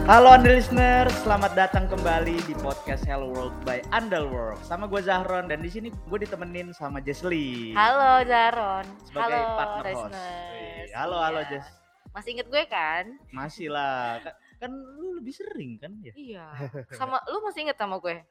Halo Anda listener, selamat datang kembali di podcast Hello World by Underworld. Sama gue Zahron dan di sini gue ditemenin sama Jesly. Halo Zahron. Sebagai Halo partner host. listeners. Halo Jess. Masih inget gue kan? Masih lah, kan lu lebih sering kan ya? Iya. Sama lu masih inget sama gue?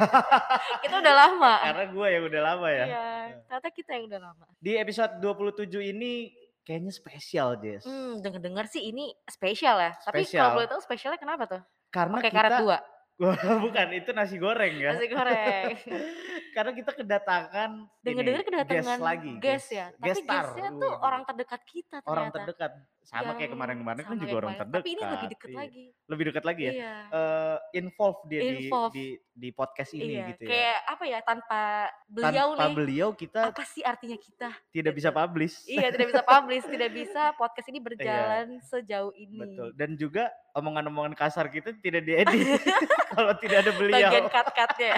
Kita udah lama. Karena gue yang udah lama ya. Iya, ternyata kita yang udah lama. Di episode 27 ini kayaknya spesial, Jess. Dengar-dengar sih ini spesial ya. Tapi Spesial. kalau boleh tahu spesialnya kenapa tuh? Karena Pakai kita karet 2. bukan, itu nasi goreng ya. Nasi goreng. Karena kita kedatangan Dengar-dengar kedatangan guest lagi. Guest ya. Tapi Guest star. guestnya tuh orang terdekat kita ternyata. Orang terdekat. Sama kayak kemarin-kemarin kan juga orang terdekat. Tapi ini lebih dekat lagi. Lebih dekat lagi ya? Iya. Involve dia Involve. di podcast ini Iya, gitu ya. kayak apa ya, tanpa beliau Tanpa nih. beliau kita Apa sih artinya kita? tidak bisa publish. Iya, tidak bisa publish, tidak bisa podcast ini berjalan sejauh ini. Betul. Dan juga omongan-omongan kasar kita tidak diedit kalau tidak ada beliau. Bagian cut-cutnya.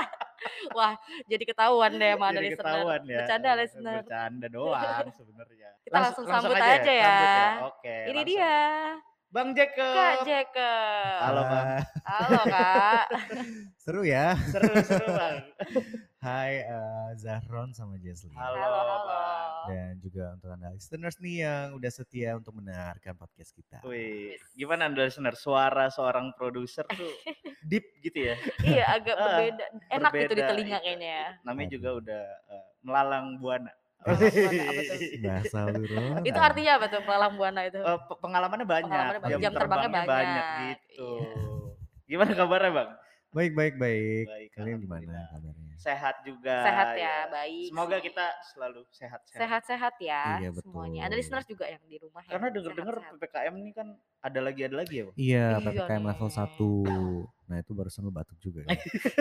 Wah, jadi ketahuan deh sama Jadi listener. ketahuan ya. Bercanda listener. Bercanda doang sebenarnya. Kita langsung sambut aja ya. Sambut ya. Oke. Ini langsung. dia. Bang Jacob. Kak Jacob. Halo Bang. Halo Kak. Seru ya. Seru Bang. Hai Zahron sama Jesly. Halo. Bang. Dan juga untuk Anda listeners nih yang udah setia untuk mendengarkan podcast kita. Wih, gimana Anda listener? Suara seorang produser tuh deep gitu ya? Iya, agak berbeda. Enak gitu di Berbeda, telinga kayaknya ya. Namanya juga udah melalang buana. Melalang buana, apa tuh? Bahasa lu Ron. Itu artinya apa tuh melalang buana itu? Pengalamannya banyak, Pengalamannya banyak, jam terbangnya banyak. gitu. Gimana kabarnya Bang? Baik. Baik, Kalian gimana alhamdulillah. kabarnya? Sehat juga. Sehat ya, baik. Semoga kita selalu sehat. Sehat-sehat ya Iya, betul. semuanya. Ada listeners juga yang di rumah ya. Karena denger-dengar Sehat-sehat. PPKM ini kan ada lagi ya Bang? Iya, Iya PPKM nih. level 1. Nah itu barusan lu batuk juga kan?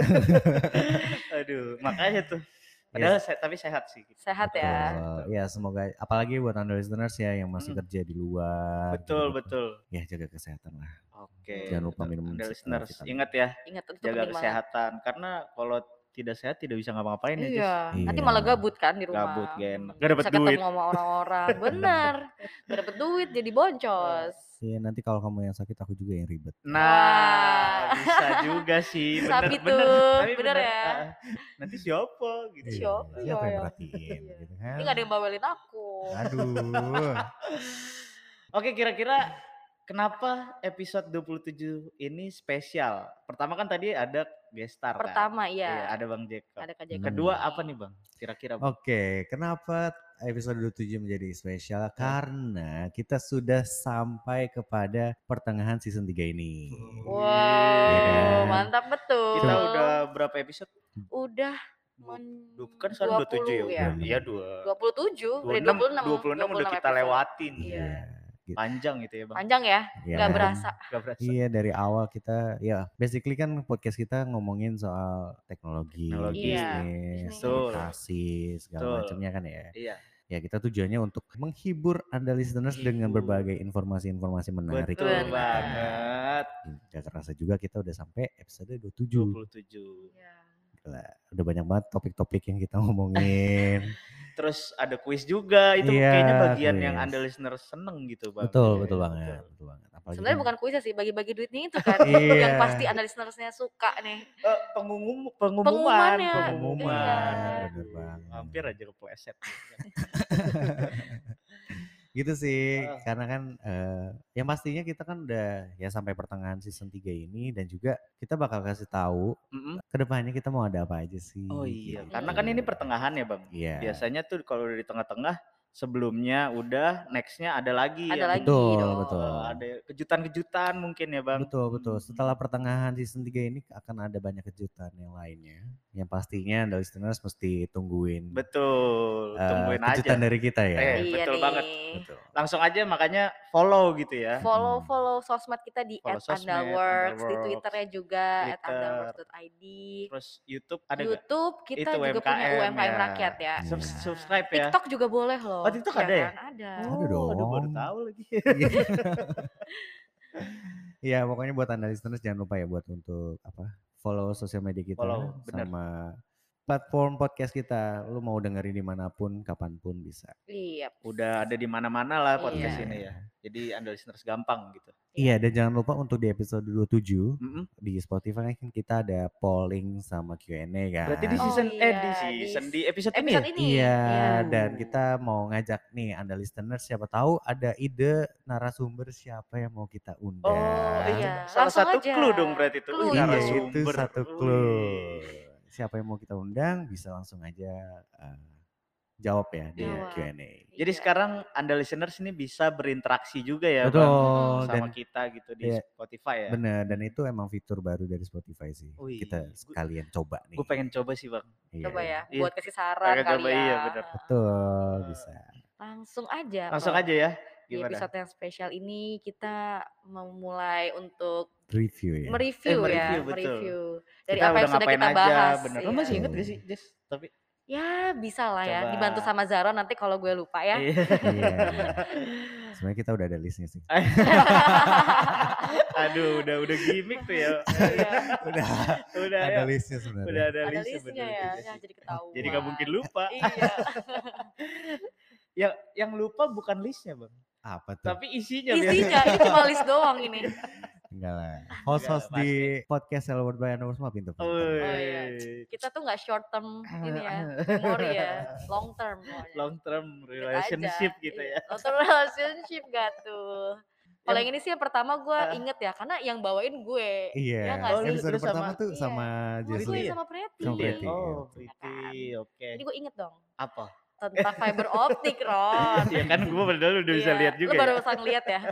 Aduh, makanya tuh. Padahal tapi sehat sih. Sehat ya. Ya semoga, apalagi buat Anda listeners ya yang masih kerja di luar. Betul. Ya jaga kesehatan lah. Oke. Jangan lupa minum Anda listeners, vitamin. ingat ya, Ingat itu jaga penting kesehatan. Karena kalau tidak sehat tidak bisa ngapa-ngapain ya, Jess. Iya. Nanti Iya. malah gabut kan di rumah. Gabut, gak enak. Gak dapet Bisa duit. ketemu sama orang-orang. Bener. Gak dapet duit jadi boncos. Iya nanti kalau kamu yang sakit aku juga yang ribet. Nah, bisa juga sih. Sabi Bener. tuh, Tapi bener ya. Nanti siapa gitu. Siapa? Siapa yang Iya. merhatiin gitu kan? Ini gak ada yang bawelin aku. Aduh. Oke, kira-kira kenapa episode 27 ini spesial? Pertama kan tadi ada guest star kan? Pertama Iya, iya. ada Bang Jacob. Ada Kak Jacob. Kedua apa nih Bang? Kira-kira Bang? Oke, kenapa episode 27 menjadi spesial? Karena kita sudah sampai kepada pertengahan season 3 ini. Wow, Iya kan? mantap betul. Kita udah berapa episode? Udah Kan sekarang 27 ya? ya. Iya 27, 26 udah kita episode. lewatin. Iya. Gitu. Panjang gitu ya Bang? Panjang ya, Ya. gak berasa. Gak berasa. Iya dari awal kita ya basically kan podcast kita ngomongin soal teknologi, Iya, bisnis, betul. edukasi segala Betul. macamnya kan ya. Iya. Ya kita tujuannya untuk menghibur Anda listeners dengan Menghibur. berbagai informasi-informasi menarik. Betul Benar. banget. Gak kerasa juga kita udah sampai episode 27. 27. Iya. Gila, udah banyak banget topik-topik yang kita ngomongin. Terus ada kuis juga, itu Iya, kayaknya bagian yang kuis. Anda listener seneng gitu Bang. betul banget. Apalagi Sebenarnya kan- bukan kuisnya sih, bagi-bagi duitnya itu kan. Iya. Yang pasti anda listenersnya suka nih. Pengumuman. Pengumumannya. pengumuman, Iya. bener banget. Hampir aja kepleset. Gitu sih, Ah. karena kan yang pastinya kita kan udah ya sampai pertengahan season 3 ini dan juga kita bakal kasih tahu Mm-mm. kedepannya kita mau ada apa aja sih. Oh iya, gitu. karena kan ini pertengahan ya Bang. Iya. Biasanya tuh kalau udah di tengah-tengah, sebelumnya udah nextnya ada lagi. Ada yang lagi Betul, dong. betul. ada kejutan-kejutan mungkin ya Bang. Betul. Setelah pertengahan season 3 ini akan ada banyak kejutan yang lainnya. Yang pastinya Anda listeners mesti tungguin Betul, tungguin kejutan aja. dari kita ya. Iya, Iya betul nih. banget. Betul. Langsung aja makanya follow gitu ya. Follow sosmed kita di Follow sosmed, @underworks, di Underworks, Twitternya juga Twitter. @underworks.id. Terus YouTube ada nggak? YouTube kita Itu juga punya UMKM UMKM ya. rakyat ya. Iya. Subscribe ya. TikTok juga boleh loh. Oh, TikTok ada ya? Kan? Ada. Ada dong. Aduh baru tahu lagi. Iya, pokoknya buat Anda listeners jangan lupa ya buat untuk follow sosial media kita Follow, bener. sama platform podcast kita. Lu mau dengerin dimanapun, kapanpun bisa. Iya. Udah ada di mana-mana lah podcast Iya. ini ya. Jadi Anda listeners gampang gitu. Iya, dan jangan lupa untuk di episode 27 Mm-mm. di Spotify kan kita ada polling sama Q&A kan. Berarti di Oh season iya, di episode ini ya? episode ini. Iya, Iya. dan kita mau ngajak nih Anda listener siapa tahu ada ide narasumber siapa yang mau kita undang. Oh Iya, salah langsung satu aja. clue dong berarti itu. Clue. Iya, itu Narasumber. satu clue. Wih. Siapa yang mau kita undang bisa langsung aja jawab ya di Jawab. Q&A. Jadi Iya. sekarang Anda listeners ini bisa berinteraksi juga ya Betul, Bang dan sama kita gitu di iya, Spotify ya. bener, dan itu emang fitur baru dari Spotify sih. Wih, Kita sekalian coba nih. Gue pengen coba sih Bang. Iya, Coba ya, Iya. buat kasih saran Pengen kali coba, ya. iya, bener. betul, bisa. Langsung aja. Langsung Bang. aja ya. Di Gimana? episode yang spesial ini kita memulai untuk Review ya. mereview mereview, ya, betul. mereview dari Kita apa yang udah sudah ngapain kita aja, bahas. bener. Lo Iya. masih inget gak sih Jess? Tapi Ya bisa lah ya, Coba. dibantu sama Zara nanti kalau gue lupa ya. Iya. Iya. Sebenarnya kita udah ada listnya sih. Aduh, udah gimmick tuh ya. Iya. Udah Ada ya. listnya sebenarnya. Udah ada Ada listnya listnya bener ya, juga ya sih. jadi ketahuan. Jadi gak mungkin lupa. Iya. Yang lupa bukan listnya Bang. Apa tuh? Tapi isinya Isinya ini cuma list doang ini. Enggak lah. Host-host Enggak, di podcast Celebrate by Anwar semua pintu. Oh iya. Kita tuh nggak short term ini ya, memori ya, long term. Pokoknya. Long term Lihat relationship aja. gitu Iya, ya. long term relationship gak tuh? Kalau yang ini sih yang pertama gue Ah. inget ya, karena yang bawain gue. Iya. Ya nggak sih? Episode Lu sama- pertama tuh Iya. sama Sama Jesli. gue ya? sama Preti. Sama Preti. Oh, iya. Pretty. Oke. Jadi gue inget dong Apa? tentang fiber optik, Ron. Ya kan gue padahal udah bisa Iya, lihat juga Lu baru ya. bisa ngeliat ya.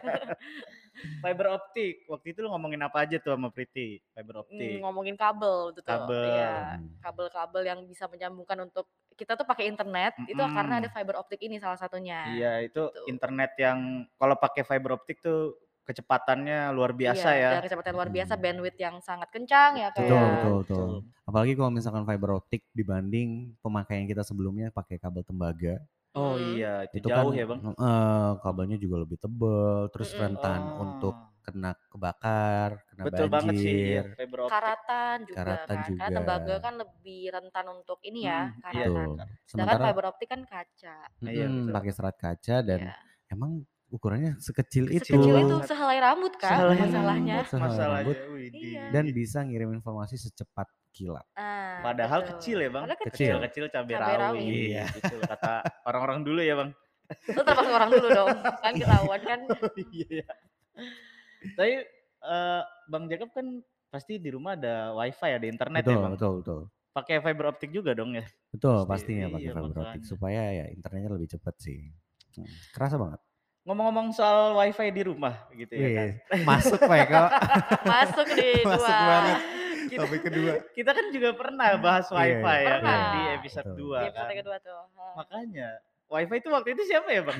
Fiber optik. Waktu itu lu ngomongin apa aja tuh sama Pretty? Fiber optik. Ngomongin kabel gitu tuh. Kabel. Iya, kabel-kabel yang bisa menyambungkan untuk kita tuh pakai internet itu karena ada fiber optik ini salah satunya. Iya, itu Gitu. internet yang kalau pakai fiber optik tuh kecepatannya luar biasa Iya, ya. dan kecepatan luar biasa, bandwidth yang sangat kencang ya kan. Betul. Apalagi kalau misalkan fiber optik dibanding pemakaian kita sebelumnya pakai kabel tembaga. Oh iya, itu kan jauh ya Bang. kabelnya juga lebih tebal, terus rentan untuk kena kebakar, kena Betul banget sih, iya, banjir. fiber optik. Karatan juga Karatan kan. juga. Karena tembaga kan lebih rentan untuk ini ya, Iya. karatan. Betul. Sedangkan Sementara fiber optik kan kaca. Iya, betul. pakai serat kaca dan Iya. emang ukurannya sekecil itu. Sekecil itu sehelai rambut kan Sehelai masalahnya. rambut, sehelai Masalahnya, rambut. widih. Iya. Dan bisa ngirim informasi secepat kilat. Padahal betul. kecil ya Bang. Padahal Kecil. Kecil cabai Cabai rawit. rawit. Iya. Gitu kata orang-orang dulu ya Bang. Lu termasuk orang dulu dong. Kan ketahuan kan. Iya. Tapi Bang Jacob kan pasti di rumah ada wifi, ada internet ya Bang. Betul. Pakai fiber optik juga dong ya. Betul, Pasti, pastinya pakai iya, fiber optik makanya. supaya ya internetnya lebih cepat sih. Kerasa banget. Ngomong-ngomong soal wifi di rumah gitu ya kan. Masuk Pak Eko. Masuk di Masuk dua. banget. Topik kedua. Kita kan juga pernah bahas Iya, wifi ya pernah. kan di episode Betul. 2 Di kan. episode kedua tuh. Makanya wifi itu waktu itu siapa ya Bang?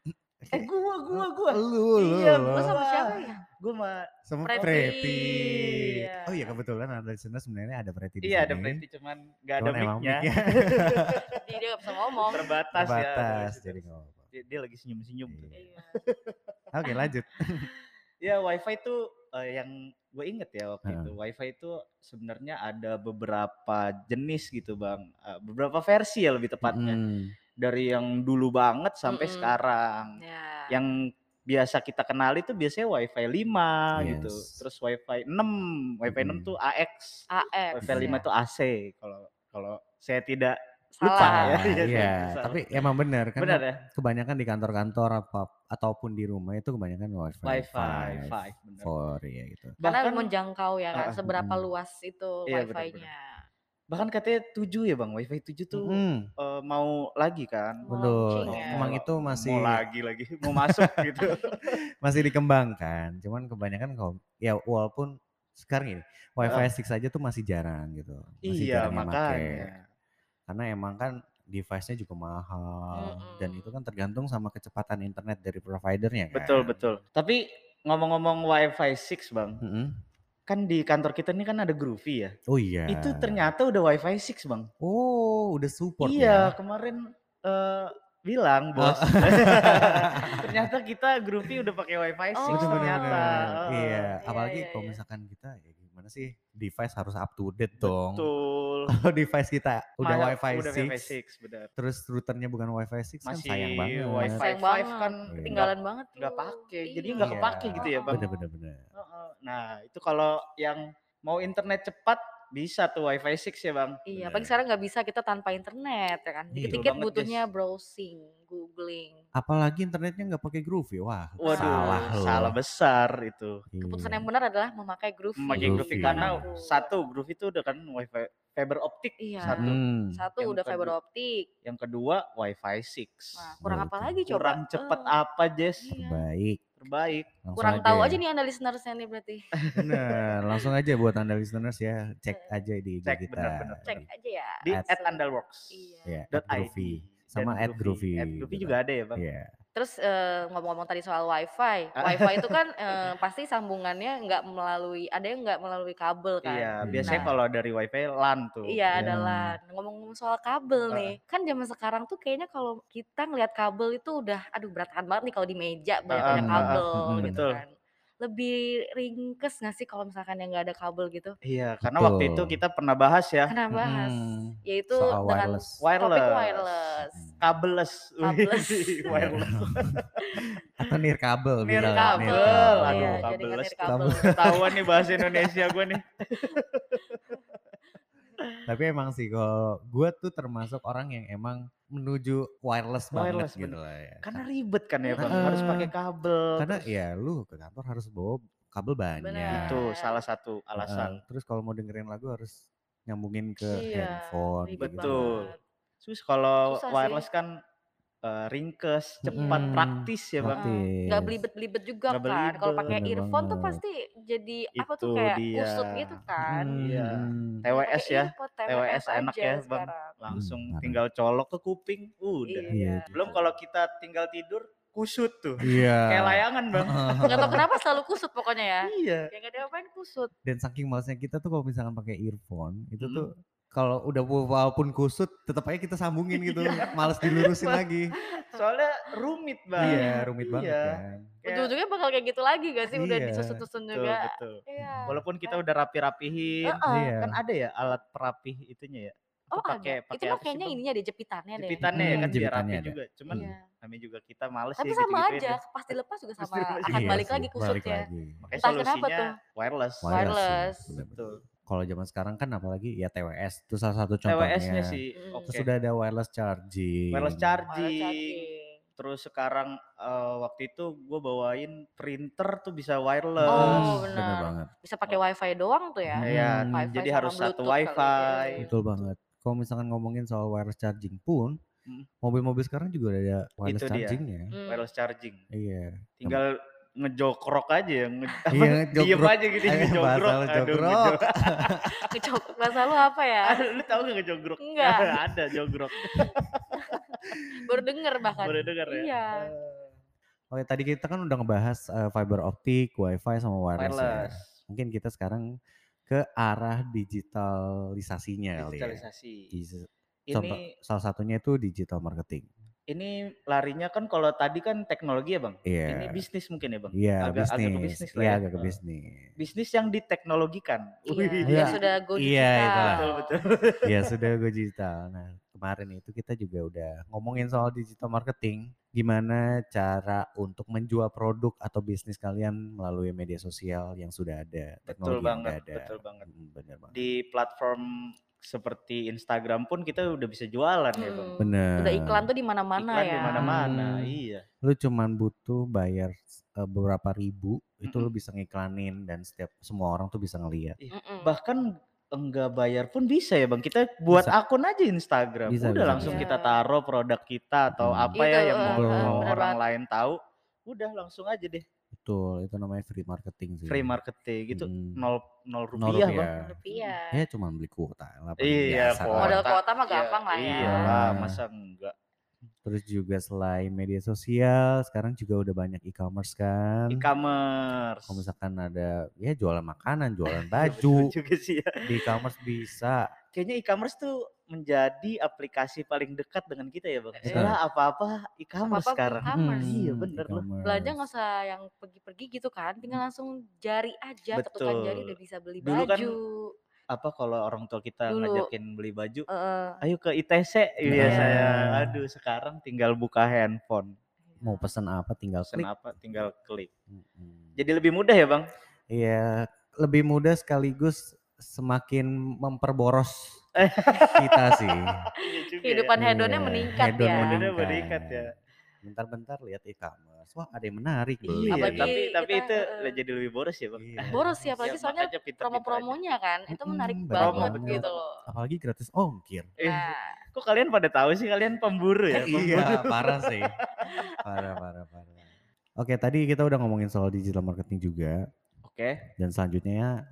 Gua. Lu. Iya, Lu gua sama siapa ya? Gua mah Sama Preti. Preti. Iya. Oh iya kebetulan ada listener sebenarnya ada Preti di iya sini. ada Pretty cuman gak ada Cuman emang mic-nya. mic-nya Jadi dia gak bisa ngomong. Terbatas ya. terbatas jadi nggak apa-apa. Dia lagi senyum-senyum tuh. Iya. Oke lanjut. Ya wifi itu yang gue inget ya waktu Heeh. itu. Wifi itu sebenarnya ada beberapa jenis gitu Bang. Beberapa versi ya lebih tepatnya. Dari yang dulu banget sampai sekarang. Ya. Yang biasa kita kenali tuh biasanya wifi 5 gitu. Yes. Terus wifi 6. Wifi 6 tuh AX. AX. Wifi 5 ya. tuh AC. Kalau saya tidak Salah. lupa ya. Iya, salah. tapi emang benar kan Benar ya? kebanyakan di kantor-kantor ataupun di rumah itu kebanyakan wifi. Wifi 5 benar. 4 ya gitu. Karena Bahkan menjangkau ya kan, seberapa mm. luas itu Iya, wifi-nya. bahkan katanya 7 ya Bang, wifi 7 tuh mau lagi kan. Betul. Launching ya. Emang itu masih mau lagi mau masuk gitu. masih dikembangkan. Cuman kebanyakan kalau ya walaupun sekarang ini wifi 6 aja tuh masih jarang gitu. Masih Iya jarang yang make. makanya. Karena emang kan device-nya juga mahal dan itu kan tergantung sama kecepatan internet dari providernya kan. Betul. Tapi ngomong-ngomong wifi 6 Bang, kan di kantor kita ini kan ada Groovy ya. Oh iya. Itu ternyata udah wifi 6 Bang. Oh udah support Iya, ya. kemarin bilang bos. Ternyata kita Groovy udah pakai wifi 6 Oh, ternyata. Iya, Iya, apalagi iya, kalau iya. misalkan kita ya gimana gimana sih device harus up to date dong. Betul. Kalau device kita udah Udah Wi-Fi Wi-Fi 6, 6 benar. terus routernya bukan Wi-Fi 6 kan sayang Masih banget. Wi-Fi sayang 5 banget, kan ketinggalan banget nggak tuh. pakai, jadi Iya. nggak kepake gitu ya Bang. Bener. Heeh. Nah itu kalau yang mau internet cepat bisa tuh Wi-Fi 6 ya Bang. Iya, Bener. apalagi sekarang nggak bisa kita tanpa internet ya kan. Iya. Dikit-dikit Betul banget, butuhnya Jess. browsing, googling. Apalagi internetnya nggak pakai Groovy, wah Waduh, salah salah lo. besar itu. Keputusan Iya. yang benar adalah memakai Groovy. Memakai Groovy Groovy. karena Manapun. satu Groovy itu udah kan Wi-Fi fiber optik Iya. satu. Satu Yang udah fiber optik. Yang kedua Wi-Fi 6. Nah, kurang apa Betul. lagi coba? Kurang cepat apa Jess? Iya. Terbaik. Terbaik. Langsung Kurang tahu ya. aja nih Anda listenersnya nih berarti. Bener, langsung aja buat Anda listeners ya, cek aja di IG Cek, kita. bener-bener. Cek aja ya. Di @andalworks. Iya. Ya, @groovy. Sama Dan @groovy. @groovy gitu. juga ada ya Bang? Iya. Terus ngomong-ngomong tadi soal Wi-Fi. Wi-Fi itu kan pasti sambungannya nggak melalui, ada yang nggak melalui kabel kan. Iya, biasanya Nah, kalau dari Wi-Fi LAN tuh. iya Ya. adalah ngomong-ngomong soal kabel nih. Kan zaman sekarang tuh kayaknya kalau kita ngelihat kabel itu udah aduh berantakan banget nih kalau di meja banyak-banyak kabel gitu betul. kan. Lebih ringkes nggak sih kalau misalkan yang nggak ada kabel gitu? Iya, karena waktu itu Betul. kita pernah bahas ya. Kena bahas yaitu Soal dengan wireless. topik wireless. Kabelless. Kabelless. Wih, wireless. Atau nirkabel. Nir bisa. kabel. Iya, Aduh, jaringan kabelless. nirkabel. Ketahuan nih bahasa Indonesia gue nih. Tapi emang sih kalau gue tuh termasuk orang yang emang menuju wireless banget Wireless, gitu bener. lah ya. Karena ribet kan ya Bang, harus pakai kabel. Karena terus ya lu ke kantor harus bawa kabel banyak. Bener. itu salah satu alasan. Terus kalau mau dengerin lagu harus nyambungin ke Iya, handphone. ribet gitu. Betul. banget. Terus kalau Susah wireless sih. kan ringkes, cepat, praktis ya Bang. Nggak belibet-belibet juga Nggak kan. Kalau belibet. pakai Bener earphone tuh banget. pasti jadi apa tuh Itu kayak dia. kusut gitu kan. Iya. Kalau TWS pakai ya. earphone, TWS enak aja ya Bang. sekarang. Langsung parah. tinggal colok ke kuping, udah. Iya. Belum kalau kita tinggal tidur, kusut tuh. Iya. Kayak layangan Bang. Nggak tahu kenapa selalu kusut pokoknya ya. Iya. Kayak nggak diapain kusut. Dan saking malesnya kita tuh kalau misalkan pakai earphone itu tuh kalau udah walaupun kusut tetap aja kita sambungin gitu. Males dilurusin lagi. Soalnya rumit Bang. Iya, rumit banget kan. Ujung-ujungnya bakal kayak gitu lagi gak sih? Udah Iya. disusun-susun Betul, juga. betul. Iya. Walaupun kita udah rapi-rapihin, Iya. kan ada ya alat perapih itunya ya. Oh Itu pakai ada. Itu pakai mah apa sih kayaknya Bang? ininya deh, jepitannya deh. Jepitannya ya kan biar Jepitannya rapi ada. juga. Cuman Iya. namanya juga kita males Tapi ya sama gitu-gituin aja, ya. pas dilepas juga sama. Pasti Akan Iya balik sih, lagi balik kusutnya. lagi. Makanya Entah kenapa solusinya tuh. wireless. Wireless. sih, bener-bener. Betul. Kalau zaman sekarang kan apalagi ya TWS itu salah satu contohnya. TWS-nya sih oke. Terus sudah ada wireless charging. Wireless Wireless charging. charging. Terus sekarang waktu itu gue bawain printer tuh bisa wireless. Oh bener benar. banget. Bisa pakai wifi doang tuh ya. Iya, Wifi jadi sama harus satu Bluetooth kali wifi. ya. Betul banget. Kalau misalkan ngomongin soal wireless charging pun, mobil-mobil sekarang juga ada wireless Itu dia. chargingnya. Wireless charging. Iya. Tinggal ngejokrok aja, Iya, diem ngejogrok. aja gitu Bahasa ngejogrok. lu Aduh, jogrok. Ngejogrok bahasa lu apa ya? Lu tahu gak ngejogrok? Enggak. Ada jogrok. Baru denger bahkan. Baru denger ya? Iya. Oke, tadi kita kan udah ngebahas fiber optik, wifi sama wireless. Wireless. Ya. Mungkin kita sekarang ke arah digitalisasinya kali ya. Digitalisasi. Contoh, Ini salah satunya itu digital marketing. ini larinya kan kalau tadi kan teknologi ya Bang. Iya. Ini bisnis mungkin ya Bang. Iya, agak ke bisnis. bisnis lah Iya, ya. agak ke bisnis. Bisnis yang diteknologikan. Iya, Iya. dia sudah go Iya, digital. itulah. Betul. Ya sudah go digital. Nah kemarin itu kita juga udah ngomongin soal digital marketing. Gimana cara untuk menjual produk atau bisnis kalian melalui media sosial yang sudah ada. Betul Teknologi yang banget, udah ada. betul banget. Bener banget. Di platform seperti Instagram pun kita udah bisa jualan ya Bang. Bener. Udah iklan tuh di mana-mana Iklan ya. di mana-mana, iya. Lu cuman butuh bayar beberapa ribu, itu lu bisa ngiklanin dan semua orang tuh bisa ngelihat. Bahkan enggak bayar pun bisa ya Bang. Kita buat Bisa. akun aja Instagram. Bisa, udah bisa, langsung bisa. kita taruh produk kita atau apa Itu, ya yang mau bener orang banget. lain tahu. Udah langsung aja deh. Betul, itu namanya free marketing sih. Free marketing gitu. Mm. 0 Nol rupiah Bang. Rupiah. Ya cuman beli kuota lah paling Iya, biasa lah. Modal kuota mah gampang lah ya. Iya lah, masa enggak. Terus juga selain media sosial, sekarang juga udah banyak e-commerce kan. E-commerce. Kalau misalkan ada jualan makanan, jualan Betul baju, juga sih ya. di e-commerce bisa. Kayaknya e-commerce tuh menjadi aplikasi paling dekat dengan kita ya Bang. Betul. Soalnya apa-apa e-commerce Apa-apa sekarang. e-commerce. Iya bener loh. Belanja nggak usah yang pergi-pergi gitu kan, tinggal langsung jari aja, ketukan jari udah Betul. bisa beli Dulu kan baju. kalau orang tua kita Dulu, ngajakin beli baju, heeh. ayo ke ITC biasanya. Aduh sekarang tinggal buka handphone. Mau pesen apa tinggal Pesen klik. apa tinggal klik. Mm-mm. Jadi lebih mudah ya Bang? Iya, lebih mudah sekaligus semakin memperboros kita sih. Iya juga ya. Kehidupan hedonnya Iya, meningkat hedon ya. Hedonnya meningkat ya. Bentar-bentar lihat e-commerce, wah ada yang menarik beli. Iya, Apalagi tapi kita, itu jadi lebih boros ya Bang. Iya. Boros sih, apalagi Ya, soalnya makanya pinter-pinter aja. promo-promonya kan, itu menarik Bener banget banget. gitu loh. Apalagi gratis ongkir. Nah, Kok kalian pada tahu sih, kalian pemburu ya? Iya, parah sih. Parah. Oke, tadi kita udah ngomongin soal digital marketing juga. Oke. Dan selanjutnya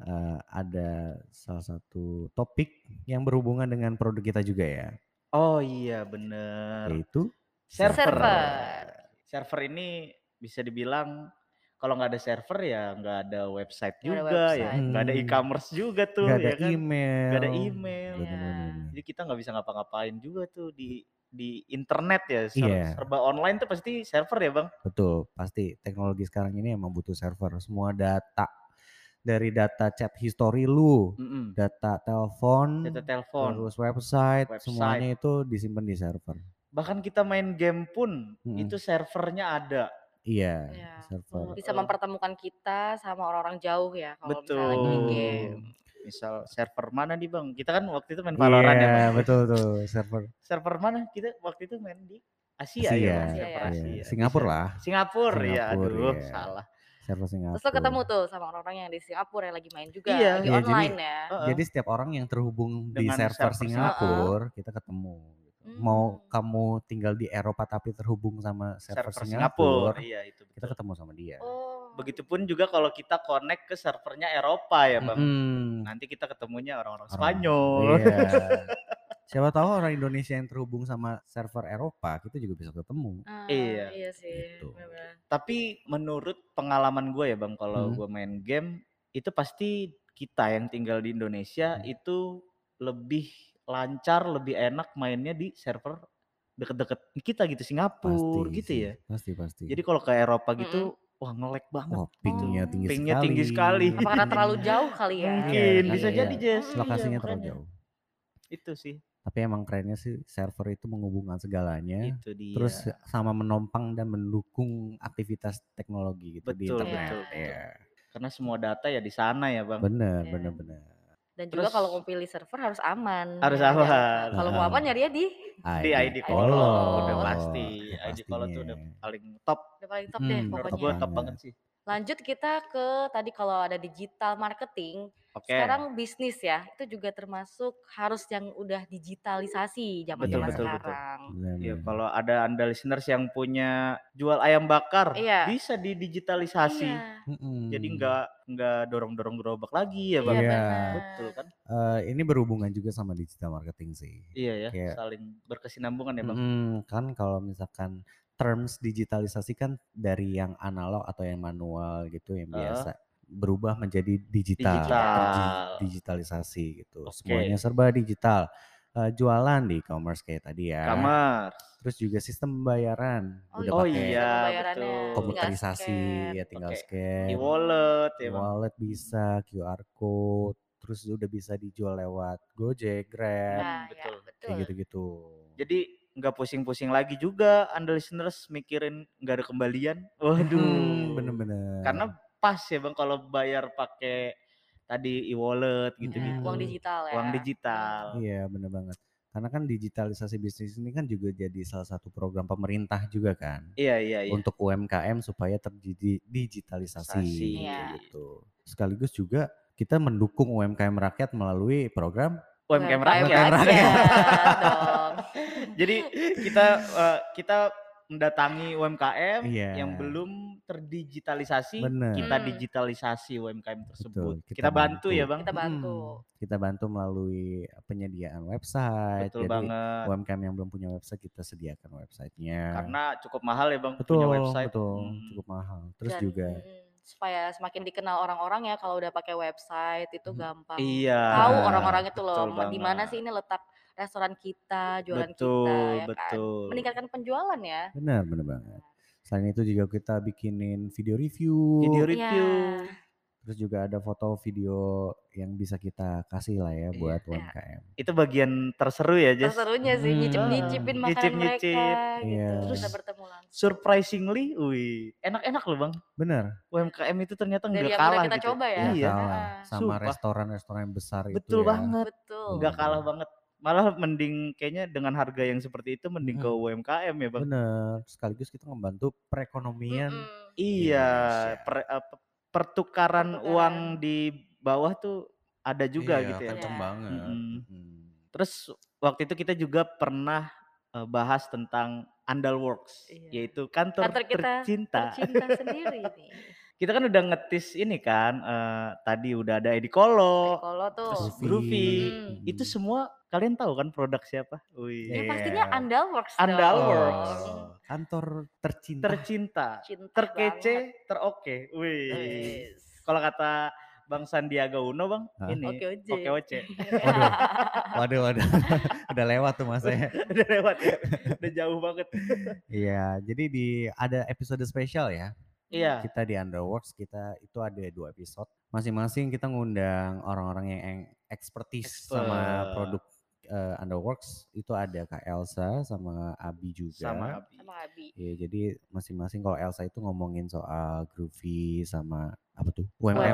ada salah satu topik yang berhubungan dengan produk kita juga ya. Oh iya bener. Yaitu Server. Server. Server ini bisa dibilang kalau nggak ada server ya nggak ada website Nggak ada juga ya, website. nggak ada e-commerce juga tuh Nggak ada ya kan, email. nggak ada email. Iya. Bener. Jadi kita nggak bisa ngapa-ngapain juga tuh di internet ya, Iya. serba online tuh pasti server ya Bang. Betul, pasti teknologi sekarang ini emang butuh server. Semua data, dari data chat history lu, data telepon, terus website, semuanya itu disimpan di server. Bahkan kita main game pun itu servernya ada. Iya, server. Bisa mempertemukan kita sama orang-orang jauh ya kalau misalnya lagi Betul. game. Misal server mana nih Bang? Kita kan waktu itu main Valorant ya Bang. Iya, betul tuh server. Server mana? Kita waktu itu main di Asia Asia, ya Bang, Asia server ya. Asia. Singapura lah. Singapura ya, aduh iya. salah. Server Singapura. Terus lo ketemu tuh sama orang-orang yang di Singapura yang lagi main juga, Iya. lagi Iya, online ya. Jadi setiap orang yang terhubung di Dengan server server Singapura, kita ketemu. Mau kamu tinggal di Eropa tapi terhubung sama server Singapura, iya itu betul. kita ketemu sama dia. Begitupun juga kalau kita connect ke servernya Eropa ya Bang. Nanti kita ketemunya orang-orang Spanyol. Iya. Siapa tahu orang Indonesia yang terhubung sama server Eropa, kita juga bisa ketemu. Iya sih. Gitu. Bener-bener. Tapi menurut pengalaman gue ya Bang, kalau gue main game itu pasti kita yang tinggal di Indonesia itu lebih lancar, lebih enak mainnya di server deket-deket kita gitu, Singapura gitu ya. Pasti. Jadi kalau ke Eropa gitu, wah nge-lag banget. Wah, pingnya tinggi sekali. Apa karena terlalu jauh kali ya? Mungkin, Iya, bisa iya. jadi Jess. Lokasinya Iya, terlalu makanya. jauh. Itu sih. Tapi emang kerennya sih server itu menghubungkan segalanya. Itu dia. Terus sama menopang dan mendukung aktivitas teknologi gitu di internet. Betul. Iya. Karena semua data ya di sana ya Bang. Bener. Dan juga kalau mau pilih server harus aman. Harus aman. Kalau mau aman nyari di ID Kolo udah pasti. ID Kolo tuh udah paling top. Udah paling top deh Menurut pokoknya. gue top banget sih. Lanjut kita ke tadi kalau ada digital marketing. Sekarang bisnis ya, itu juga termasuk harus yang udah digitalisasi zaman sekarang. Iya, kalau ada Anda listeners yang punya jual ayam bakar, bisa didigitalisasi. Jadi nggak dorong-dorong gerobak lagi ya Bang. Iya. Betul kan? Ini berhubungan juga sama digital marketing sih. Iya ya, saling berkesinambungan ya Bang. Kan kalau misalkan terms digitalisasi kan dari yang analog atau yang manual gitu yang biasa berubah menjadi digital. Digitalisasi gitu. Semuanya serba digital. Jualan di e-commerce kayak tadi ya. Terus juga sistem pembayaran udah pakai komputerisasi ya, tinggal scan. E-wallet bisa, QR code, terus udah bisa dijual lewat Gojek, Grab, kayak gitu-gitu. Jadi nggak pusing-pusing lagi juga Anda listeners mikirin nggak ada kembalian. Waduh. Bener-bener. Karena pas ya Bang kalau bayar pakai tadi e-wallet gitu-gitu. Uang digital ya. Uang digital. Iya bener banget. Karena kan digitalisasi bisnis ini kan juga jadi salah satu program pemerintah juga kan. Iya. Untuk UMKM supaya terjadi digitalisasi gitu. Sekaligus juga kita mendukung UMKM rakyat melalui program UMKM rakyat dong. Jadi kita mendatangi UMKM yang belum terdigitalisasi, kita digitalisasi UMKM tersebut. Betul, kita bantu ya Bang. Kita bantu melalui penyediaan website. Betul banget. UMKM yang belum punya website kita sediakan websitenya. Karena cukup mahal ya Bang punya website. Betul, cukup mahal. Terus juga supaya semakin dikenal orang-orang ya, kalau udah pakai website itu gampang Iya, tahu orang-orang itu betul loh, di mana banget. sih ini letak restoran kita, jualan Betul, kita ya kan. betul. Meningkatkan penjualan ya. Benar banget. Selain itu juga kita bikinin video review. Video Iya. review. Terus juga ada foto video yang bisa kita kasih lah ya buat UMKM. Itu bagian terseru ya, Jess? Terserunya sih, nyicip-nyicipin makanan mereka gitu. Iya. Bisa bertemu langsung. Surprisingly, enak-enak loh Bang. Bener. UMKM itu ternyata Dari nggak yang kalah udah kita gitu. coba ya. Nggak Iya. kalah sama Sumpah. restoran-restoran yang besar itu Betul ya. banget. Betul. Nggak kalah banget. Malah mending kayaknya dengan harga yang seperti itu mending ke UMKM ya Bang. Bener. Sekaligus kita membantu perekonomian. Iya. Pertukaran uang di bawah tuh ada juga gitu ya. Kenceng banget. Terus waktu itu kita juga pernah bahas tentang Andalworks, yaitu kantor kita tercinta sendiri nih. Kita kan udah ngetis ini kan, tadi udah ada Edikolo, terus Groovy. Itu semua kalian tahu kan produk siapa? Ya pastinya Andalworks dong. Andalworks. Kantor tercinta. Terkece, teroke. Kalau kata Bang Sandiaga Uno Bang, ini OKOC. Waduh. Udah lewat tuh masanya. Udah lewat ya, udah jauh banget. Iya, jadi ada episode spesial ya. Iya. Kita di Andalworks, kita itu ada 2 episode. Masing-masing kita ngundang orang-orang yang expertise sama produk Andalworks. Itu ada Kak Elsa sama Abi juga. Sama Abi. Iya, jadi masing-masing kalau Elsa itu ngomongin soal Groovy sama apa tuh? UMKM.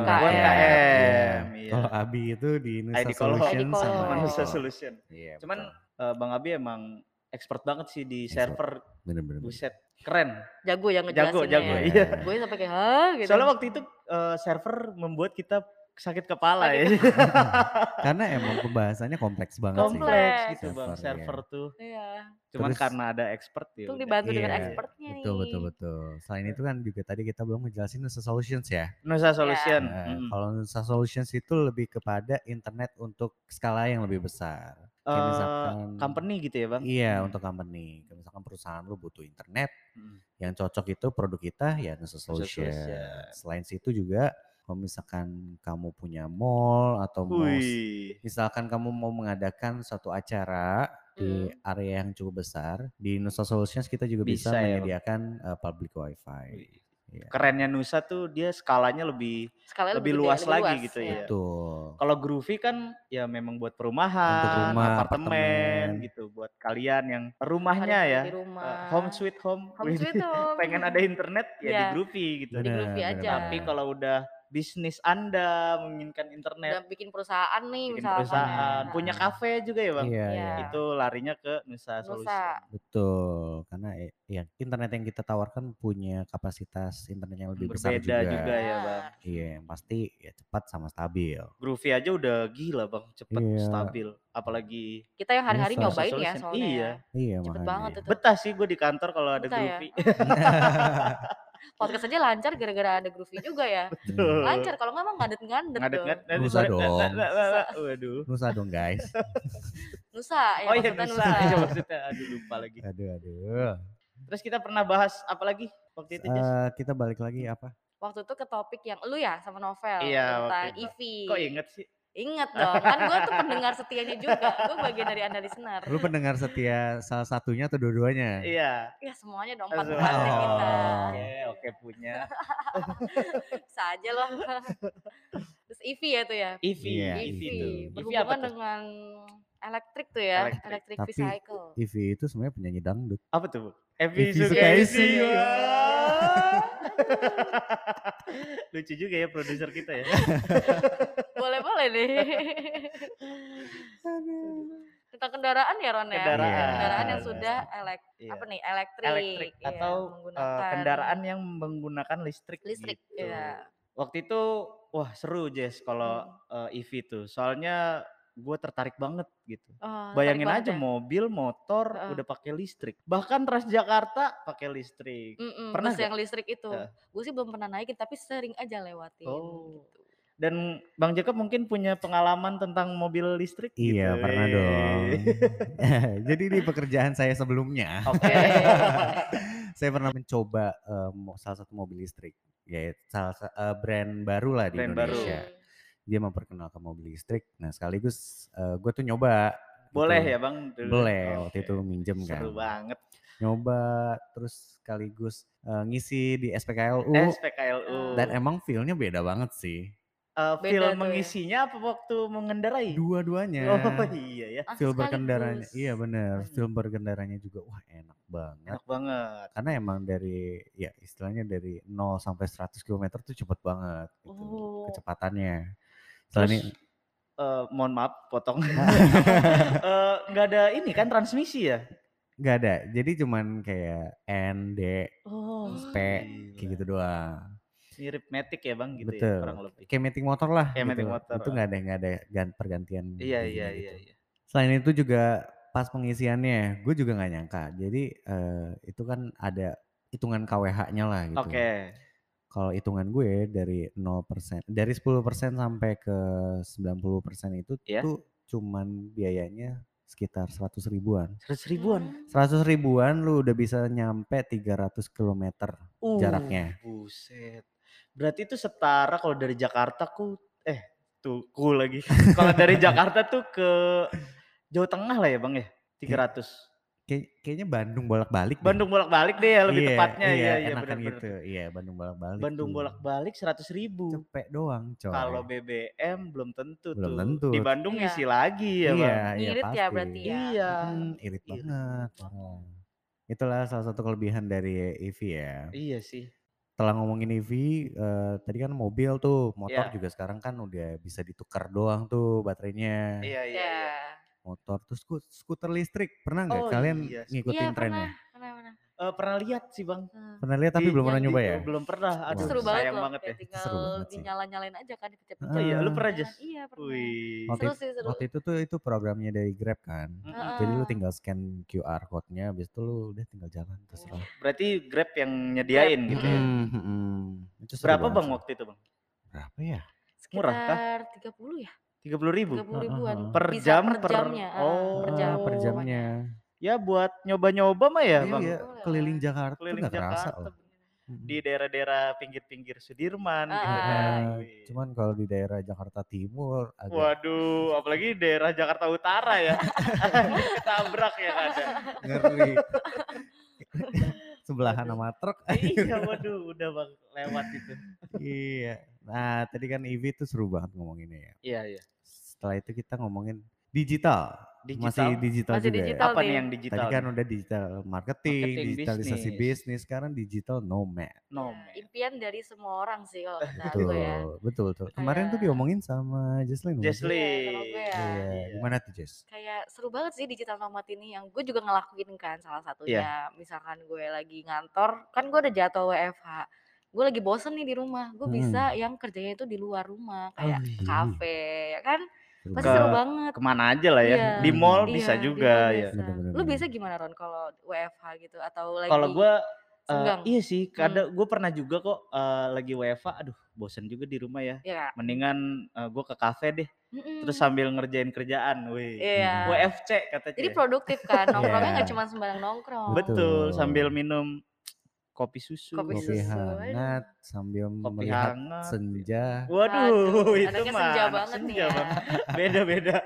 Iya. Kalau Abi itu di Nusa Solution sama Nusa Solution. Iya, cuman Bang Abi emang expert banget sih di server. Bener. Buset, keren. Jago yang ngejelasinnya. Jago, iya. Gue sampai kayak gitu. Soalnya waktu itu server membuat kita sakit kepala ya. Karena emang pembahasannya kompleks banget sih. Kompleks gitu Bang, server tuh. Iya. Cuman karena ada expert ya. Itu dibantu dengan expertnya nih. Betul. Selain itu kan juga tadi kita belum ngejelasin Nusa Solutions ya. Nusa Solution. Kalau Nusa Solutions itu lebih kepada internet untuk skala yang lebih besar. Kayak misalkan company gitu ya Bang? Iya, untuk company. Kayak misalkan perusahaan lu butuh internet, yang cocok itu produk kita ya Nusa Solution. Selain situ juga kalau misalkan kamu punya mall atau misalkan kamu mau mengadakan suatu acara di area yang cukup besar, di Nusa Solutions kita juga bisa menyediakan public wifi. Kerennya Nusa tuh dia skalanya lebih luas lagi gitu ya. Betul. Kalau Groovy kan ya memang buat perumahan, apartemen gitu, buat kalian yang rumahnya ya, home sweet home. Pengen ada internet ya di Groovy gitu. Di Groovy aja. Tapi kalau udah bisnis Anda menginginkan internet, udah bikin perusahaan nih misalkan punya kafe juga ya Bang, itu larinya ke Nusa Solution. Betul, karena ya internet yang kita tawarkan punya kapasitas internet yang lebih besar juga. Berbeda juga ya Bang. Iya, yang pasti ya cepat sama stabil. Groovy aja udah gila Bang, cepat stabil. Apalagi kita yang hari-hari nyobain ya soalnya. Iya, cepet banget itu. Betah sih gue di kantor kalau ada Groovy. Podcast aja lancar gara-gara ada Groovy juga ya. Betul. Lancar kalau nggak mah ngadet-ngadet dong. Nusa dong. Waduh. Nusa dong guys. Nusa ya. Oh iya Nusa. Maksudnya aduh lupa lagi. Aduh. Terus kita pernah bahas apa lagi waktu itu Jess? Kita balik lagi apa? Waktu itu ke topik yang lu ya sama Novel tentang EV. Kok inget sih? Ingat dong, kan gue tuh pendengar setianya juga, gue bagian dari Anda listener. Lu pendengar setia salah satunya atau dua-duanya? Iya. Ya semuanya dong, 4 kita. Oke punya. Bisa aja loh. Terus EV ya tuh ya? EV. Berhubungan dengan elektrik tuh ya, electric Tapi vehicle. EV itu sebenarnya penyanyi dangdut. Apa tuh? EV Sukaisi. Lucu juga ya produser kita ya. Boleh nih. Tentang kendaraan ya Ron ya? Kendaraan yang sudah elektrik atau kendaraan yang menggunakan listrik gitu. Iya. Waktu itu wah seru Jess kalau EV tuh. Soalnya gue tertarik banget gitu. Bayangin aja mobil, motor udah pakai listrik. Bahkan Transjakarta pakai listrik. Pernah yang listrik itu. Gue sih belum pernah naikin tapi sering aja lewatin. Gitu. Dan Bang Jacob mungkin punya pengalaman tentang mobil listrik gitu. Iya pernah dong. Jadi di pekerjaan saya sebelumnya. Oke. Saya pernah mencoba salah satu mobil listrik. ya brand baru lah di Brand baru. Indonesia. Dia memperkenalkan mobil listrik. Nah sekaligus gue tuh nyoba. Boleh gitu. ya Bang? Boleh, waktu itu minjem kan. Seru banget. Nyoba terus sekaligus ngisi di SPKLU. SPKLU. Dan emang feel-nya beda banget sih. Feel mengisinya apa waktu mengendarai? Dua-duanya. Oh iya ya. Feel berkendaranya, iya bener. Feel berkendaranya juga, wah enak banget. Enak banget. Karena emang dari, ya istilahnya dari 0 sampai 100 km tuh cepet banget gitu, kecepatannya. Terus, mohon maaf potong. Nggak ada ini kan transmisi ya? Nggak ada, jadi cuman kayak N, D, P, kayak gitu doang. Mirip Matic ya Bang gitu. Betul. Ya kurang lebih. Kayak Matic motor lah Kayak gitu. Matic motor. Itu nggak ada pergantian. Iya. Gitu. Selain itu juga pas pengisiannya, gue juga nggak nyangka. Jadi itu kan ada hitungan KWH-nya lah gitu. Kalau hitungan gue dari 0%, dari 10% sampai ke 90% itu tuh cuman biayanya sekitar 100 ribuan. 100 ribuan? 100 ribuan lu udah bisa nyampe 300 km jaraknya. Buset. Berarti itu setara kalau dari Jakarta lagi. Kalau dari Jakarta tuh ke Jawa Tengah lah ya Bang ya? 300. Kayaknya Bandung bolak-balik. Bandung bolak-balik deh ya lebih tepatnya. Iya, Iya enakan gitu. Iya, Bandung bolak-balik. Bandung bolak-balik 100 ribu. Cepet doang coy. Kalau BBM belum tentu belum tuh. tentu. Di Bandung ngisi lagi ya Bang. Iya Irit pasti. ya berarti ya. Iya. Irit banget. Itulah salah satu kelebihan dari EV ya. Iya sih. Setelah ngomongin EV, tadi kan mobil tuh, motor juga sekarang kan udah bisa ditukar doang tuh baterainya. Iya. Motor, terus skuter listrik, pernah nggak kalian ngikutin trennya? Pernah lihat sih Bang. Pernah lihat tapi belum pernah nyoba ya? Belum pernah, itu seru banget loh, banget ya. tinggal dinyala-nyalain aja kan dipencet-pencet. Oh iya, lu pernah aja? Iya pernah. Seru. Waktu itu tuh itu programnya dari Grab kan, jadi lu tinggal scan QR code-nya, habis itu lu udah tinggal jalan terserah. Berarti Grab yang nyediain gitu ya? Itu berapa Bang waktu itu Bang? Berapa ya? Murah kah? Sekitar 30 ya? 30 ribu? 30 ribuan. Per jam? Per jamnya. Per jamnya. Ya buat nyoba-nyoba mah ya Bang. Iya, keliling Jakarta tuh gak kerasa loh. Di daerah-daerah pinggir-pinggir Sudirman gitu kan. Cuman kalau di daerah Jakarta Timur agak... Waduh, apalagi daerah Jakarta Utara ya. Ketabrak ya ada. Ngeri. Sebelahan sama truk. Iya waduh, udah Bang lewat itu. Iya. Nah tadi kan EV tuh seru banget ngomonginnya ya. Iya. Setelah itu kita ngomongin digital. Masih digital juga digital ya? Apa nih yang digital? Tadi kan udah digital marketing digitalisasi bisnis, sekarang digital nomad. Impian dari semua orang sih kalau kata betul, gue ya. Betul. Kemarin tuh diomongin sama Jesslyn. Iya, sama gue ya. Gimana tuh Jess? Kayak seru banget sih digital nomad ini, yang gue juga ngelakuin kan salah satunya. Misalkan gue lagi ngantor, kan gue udah jadwal WFH. Gue lagi bosen nih di rumah, gue bisa yang kerjanya itu di luar rumah, kayak kafe, ya kan? Pasti seru banget. Kemana aja lah ya, di mall bisa juga ya. Lu biasa gimana Ron kalau WFH gitu atau lagi? Kalau gue senggang? iya sih, kadang gue pernah juga kok lagi WFH, aduh bosen juga di rumah ya. Mendingan gue ke kafe deh, terus sambil ngerjain kerjaan, WFC katanya. Jadi produktif kan, nongkrongnya nggak cuma sembarang nongkrong. Betul, sambil minum kopi susu. Kopi hangat sambil melihat senja. Waduh, itu mah senja banget nih ya. Beda-beda.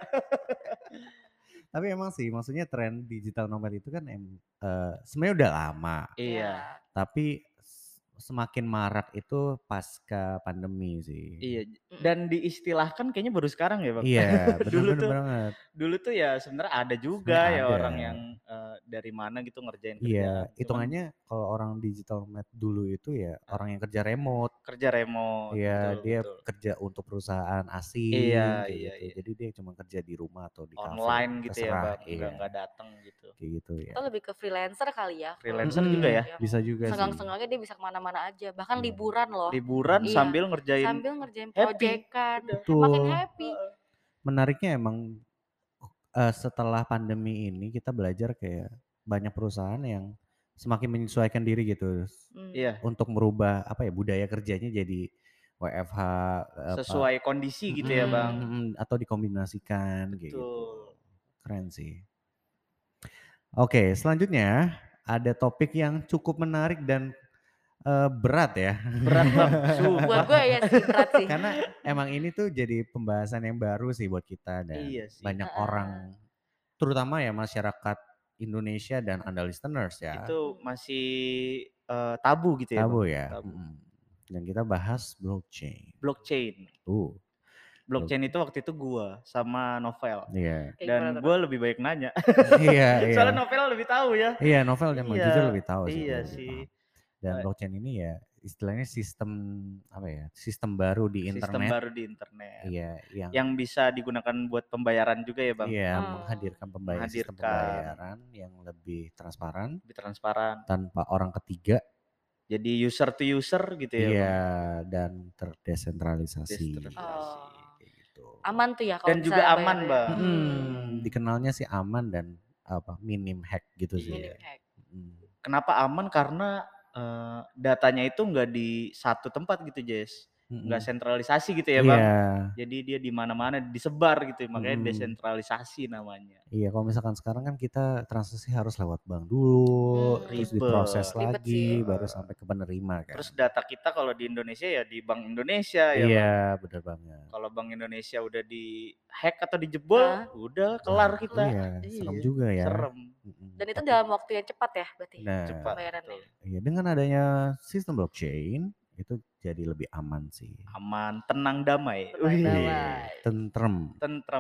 Tapi emang sih, maksudnya tren digital nomad itu kan sebenarnya udah lama. Iya. Tapi semakin marak itu pasca pandemi sih. Iya. Dan diistilahkan kayaknya baru sekarang ya Bang. Iya, benar banget. Dulu tuh ya sebenarnya ada juga ya orang yang dari mana gitu ngerjain kerjaan. Iya, hitungannya kalau orang digital nomad dulu itu ya orang yang kerja remote. Iya, dia kerja untuk perusahaan asing gitu. Jadi dia cuma kerja di rumah atau di kafe. Online gitu ya Bang, nggak datang gitu. Kayak gitu ya. Atau lebih ke freelancer kali ya. Freelancer juga ya? Bisa juga sih. Senggang-senggangnya dia bisa kemana-mana aja, bahkan liburan loh. Liburan sambil ngerjain proyekan, makin happy. Menariknya emang setelah pandemi ini kita belajar kayak banyak perusahaan yang semakin menyesuaikan diri gitu. Untuk merubah budaya kerjanya jadi WFH sesuai kondisi gitu ya Bang. Atau dikombinasikan gitu. Keren sih. Oke, selanjutnya ada topik yang cukup menarik dan Berat ya. Berat Bang, sumpah. Buat gue ya sih berat sih. Karena emang ini tuh jadi pembahasan yang baru sih buat kita dan Iya sih. banyak orang, terutama ya masyarakat Indonesia dan Anda listeners ya. Itu masih tabu gitu ya Tabu Bang? ya. Tabu. Dan kita bahas blockchain. Blockchain. Blockchain itu waktu itu gua sama Novel. Iya. Dan gua lebih baik nanya. Iya. Soalnya Novel lebih tahu ya. Iya, Novel dan jujur lebih tahu sih. Iya sih. Dan blockchain ini ya istilahnya sistem apa ya? Sistem baru di internet. Sistem baru di internet. Iya, yang bisa digunakan buat pembayaran juga ya Bang. Iya, menghadirkan sistem pembayaran yang lebih transparan. Lebih transparan. Tanpa orang ketiga. Jadi user to user gitu ya. Iya, dan terdesentralisasi. Gitu. Aman tuh ya kalau dan juga aman Bang. Dikenalnya sih aman dan apa minim hack gitu sih. Minim hack. Kenapa aman? Karena datanya itu nggak di satu tempat gitu Jess. Nggak sentralisasi gitu ya Bang. Jadi dia di mana-mana disebar gitu, makanya desentralisasi namanya. Iya, kalau misalkan sekarang kan kita transaksi harus lewat bank dulu, terus diproses lagi, baru sampai ke penerima kan. Terus data kita kalau di Indonesia ya di Bank Indonesia ya Iya, benar banget. Kalau Bank Indonesia udah di hack atau dijebol, udah kelar kita. Iya, serem juga ya. Serem. Dan itu dalam waktu yang cepat ya berarti cepat. pembayarannya. Iya, dengan adanya sistem blockchain itu jadi lebih aman sih. Aman, tenang, damai. Tentrem.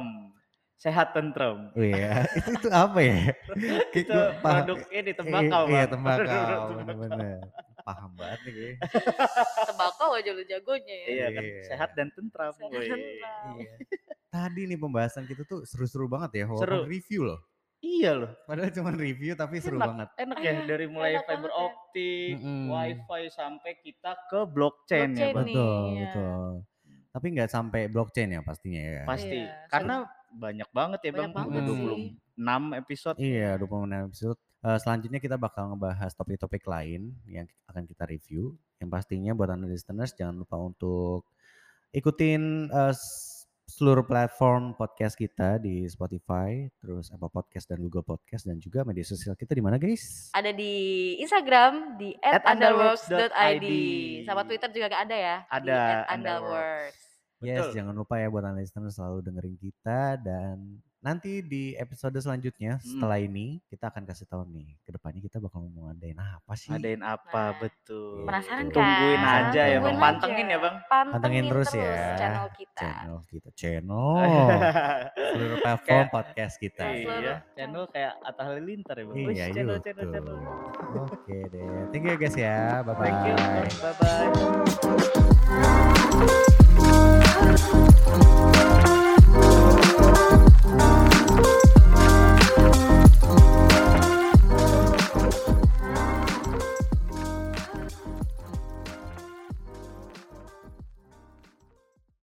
Sehat tentrem. Iya, itu apa ya? Itu produk ini tembakau. Iya, tembakau. Benar-benar. Paham banget nih gue. Tembakau aja lu jagonya ya. Iya kan, sehat dan tentram. Iya. Tadi nih pembahasan kita tuh seru-seru banget ya, walaupun review loh. Iya loh. Padahal cuma review tapi seru banget. Enak ya, dari mulai fiber optik, wifi sampai kita ke blockchain ya Bang. Betul. Tapi nggak sampai blockchain ya pastinya ya. Pasti, karena banyak banget ya Bang, udah 26 episode. Iya, 26 episode. Selanjutnya kita bakal ngebahas topik-topik lain yang akan kita review. Yang pastinya buat Anda listeners jangan lupa untuk ikutin seluruh platform podcast kita di Spotify, terus Apple Podcast dan Google Podcast, dan juga media sosial kita di mana guys? Ada di Instagram di @underworks.id. Sama Twitter juga ada ya? Ada @underworks. Yes, jangan lupa ya buat Anda listener selalu dengerin kita, dan nanti di episode selanjutnya setelah ini kita akan kasih tahu nih kedepannya kita bakal mau ngadain apa sih? Ngadain apa, betul. Penasaran kan? Tungguin aja ya Bang, pantengin ya Bang. Pantengin terus ya channel kita. Seluruh platform podcast kita. Iya, channel kayak Atta Halilintar ya Bang. Iya, channel. Oke deh, thank you guys ya, bye-bye. Thank you, bye-bye.